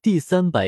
第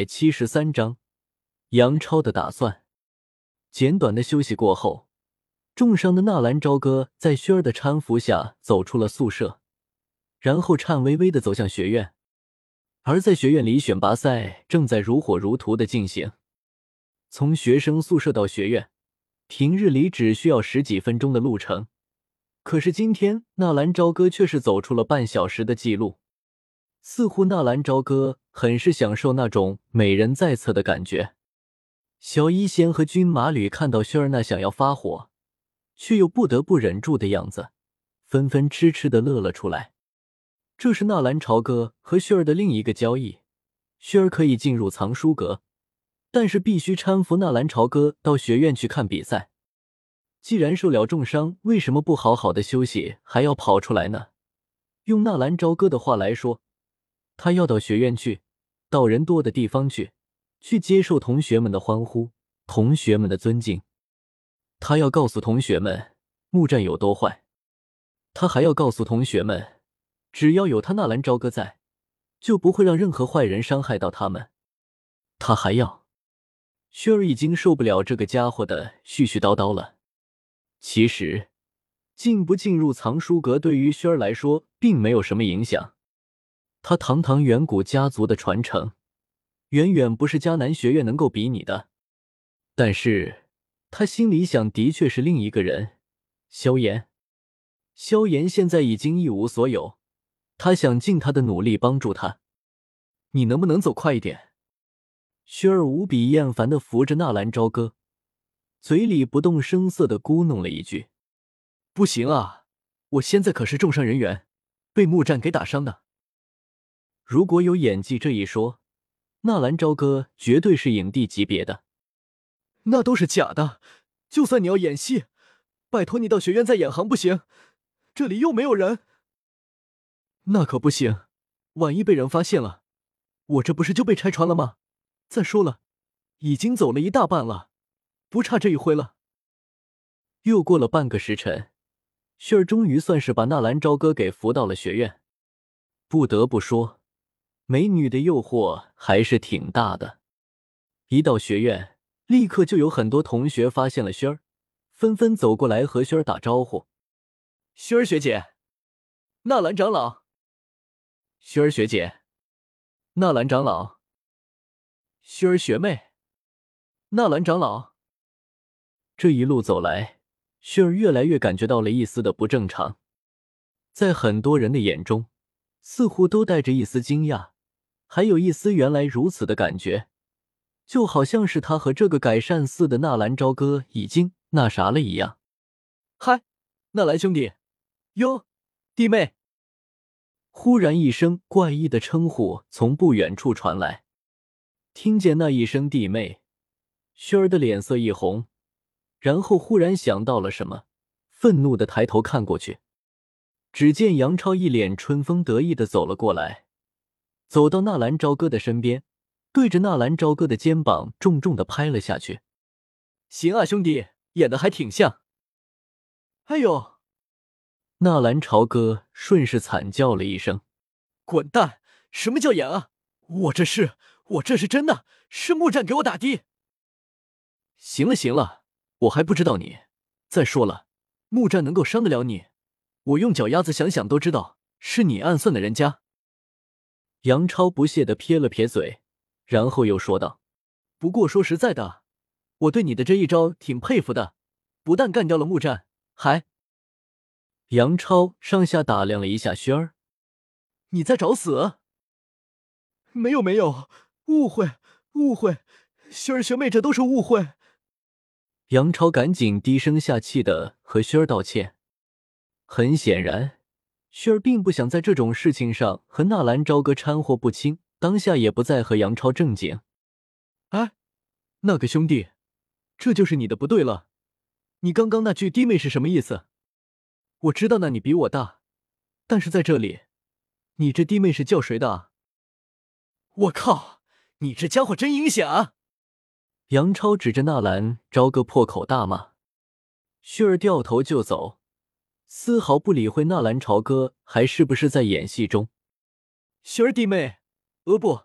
373章杨超的打算。简短的休息过后，重伤的纳兰朝歌在轩儿的搀扶下走出了宿舍，然后颤巍巍地走向学院。而在学院里，选拔赛正在如火如荼地进行。从学生宿舍到学院，平日里只需要10几分钟的路程，可是今天纳兰朝歌却是走出了半小时的记录。似乎纳兰朝歌很是享受那种美人在侧的感觉。小医仙和军马吕看到轩儿那想要发火却又不得不忍住的样子，纷纷痴痴地乐了出来。这是纳兰朝歌和轩儿的另一个交易，轩儿可以进入藏书阁，但是必须搀扶纳兰朝歌到学院去看比赛。既然受了重伤，为什么不好好的休息还要跑出来呢？用纳兰朝歌的话来说，他要到学院去，到人多的地方去接受同学们的欢呼，同学们的尊敬。他要告诉同学们木战有多坏，他还要告诉同学们，只要有他纳兰朝歌在，就不会让任何坏人伤害到他们。他还要……轩儿已经受不了这个家伙的絮絮叨叨了。其实，进不进入藏书阁对于轩儿来说并没有什么影响。他堂堂远古家族的传承，远远不是迦南学院能够比拟的。但是他心里想的确是另一个人，萧炎。萧炎现在已经一无所有，他想尽他的努力帮助他。你能不能走快一点？轩儿无比厌烦地扶着纳兰朝歌，嘴里不动声色地咕哝了一句：不行啊，我现在可是重伤人员，被木战给打伤的。如果有演技这一说，纳兰朝歌绝对是影帝级别的。那都是假的，就算你要演戏，拜托你到学院再演行不行？这里又没有人。那可不行，万一被人发现了，我这不是就被拆穿了吗？再说了，已经走了一大半了，不差这一回了。又过了半个时辰，轩儿终于算是把纳兰朝歌给扶到了学院。不得不说，美女的诱惑还是挺大的。一到学院，立刻就有很多同学发现了轩儿，纷纷走过来和轩儿打招呼。轩儿学姐，纳兰长老。轩儿学姐，纳兰长老。轩儿学妹，纳兰长老。这一路走来，轩儿越来越感觉到了一丝的不正常。在很多人的眼中，似乎都带着一丝惊讶，还有一丝原来如此的感觉，就好像是他和这个改善似的纳兰朝歌已经那啥了一样。嗨，纳兰兄弟，哟，弟妹。忽然一声怪异的称呼从不远处传来。听见那一声弟妹，轩儿的脸色一红，然后忽然想到了什么，愤怒地抬头看过去。只见杨超一脸春风得意地走了过来，走到纳兰朝歌的身边，对着纳兰朝歌的肩膀重重地拍了下去。行啊兄弟，演得还挺像。哎呦！纳兰朝歌顺势惨叫了一声。滚蛋！什么叫演啊？我这是真的，是木战给我打的。行了行了，我还不知道你。再说了，木战能够伤得了你，我用脚丫子想想都知道是你暗算的人家。杨超不屑地撇了撇嘴，然后又说道：不过说实在的，我对你的这一招挺佩服的，不但干掉了木战，还……杨超上下打量了一下轩儿。你在找死？没有，误会，轩儿学妹这都是误会。杨超赶紧低声下气地和轩儿道歉。很显然，轩儿并不想在这种事情上和纳兰朝歌掺和不清，当下也不再和杨超正经。哎，那个兄弟，这就是你的不对了。你刚刚那句弟妹是什么意思？我知道那你比我大，但是在这里，你这弟妹是叫谁的啊？我靠，你这家伙真阴险啊！杨超指着纳兰朝歌破口大骂。轩儿掉头就走，丝毫不理会纳兰朝歌还是不是在演戏中。轩儿弟妹，不，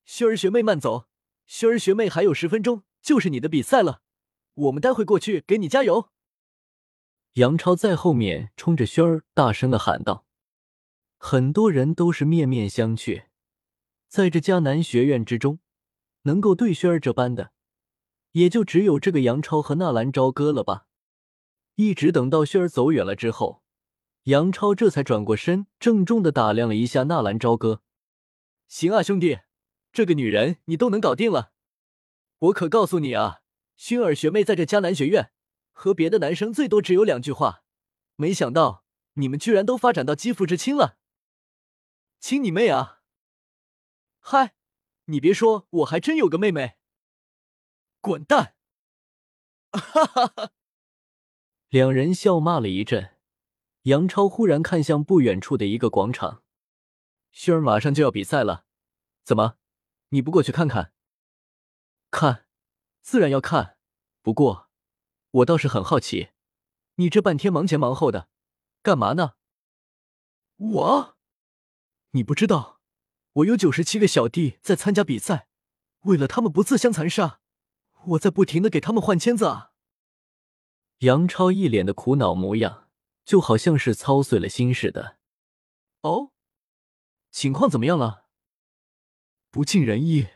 薰儿学妹慢走，薰儿学妹还有10分钟就是你的比赛了，我们待会过去给你加油。杨超在后面冲着薰儿大声地喊道。很多人都是面面相觑，在这迦南学院之中，能够对薰儿这般的，也就只有这个杨超和纳兰朝歌了吧。一直等到薰儿走远了之后，杨超这才转过身，郑重地打量了一下纳兰朝歌。行啊，兄弟，这个女人你都能搞定了。我可告诉你啊，薰儿学妹在这迦南学院和别的男生最多只有2句话，没想到你们居然都发展到肌肤之亲了。亲你妹啊！嗨，你别说，我还真有个妹妹。滚蛋！哈哈哈！两人笑骂了一阵，杨超忽然看向不远处的一个广场。薰儿马上就要比赛了，怎么，你不过去看看？看，自然要看，不过我倒是很好奇，你这半天忙前忙后的，干嘛呢？你不知道，我有97个小弟在参加比赛，为了他们不自相残杀，我在不停的给他们换签子啊。杨超一脸的苦恼模样，就好像是操碎了心似的。哦，情况怎么样了？不尽人意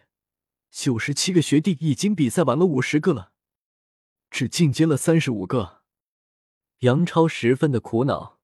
，97个学弟已经比赛完了50个了，只进阶了35个。杨超十分的苦恼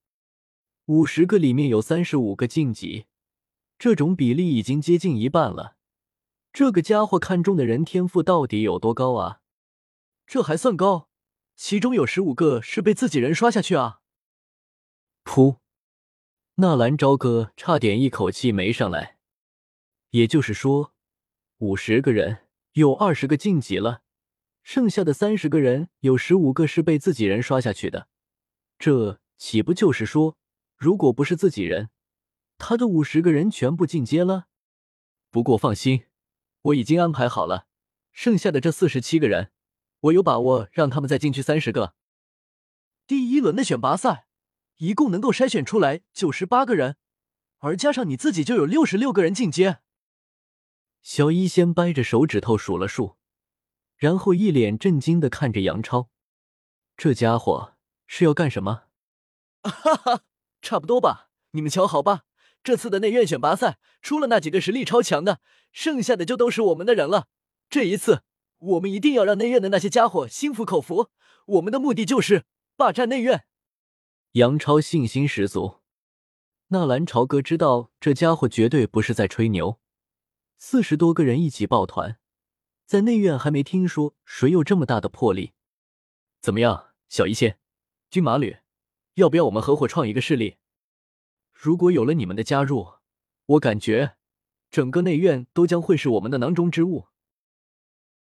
，50个里面有35个晋级，这种比例已经接近一半了。这个家伙看中的人天赋到底有多高啊？这还算高，其中有15个是被自己人刷下去啊！噗！纳兰朝歌差点一口气没上来。也就是说，50个人有20个晋级了，剩下的30个人有15个是被自己人刷下去的。这岂不就是说，如果不是自己人，他的50个人全部进阶了？不过放心，我已经安排好了，剩下的这47个人，我有把握让他们再进去30个。第1轮的选拔赛，一共能够筛选出来98个人，而加上你自己就有66个人进阶。小一先掰着手指头数了数，然后一脸震惊地看着杨超，这家伙是要干什么？哈哈，差不多吧，你们瞧好吧，这次的内院选拔赛，除了那几个实力超强的，剩下的就都是我们的人了。这一次，我们一定要让内院的那些家伙心服口服，我们的目的就是霸占内院。杨超信心十足。纳兰朝歌知道这家伙绝对不是在吹牛，40多个人一起抱团，在内院还没听说谁有这么大的魄力。怎么样，小一仙、军马吕，要不要我们合伙创一个势力？如果有了你们的加入，我感觉整个内院都将会是我们的囊中之物。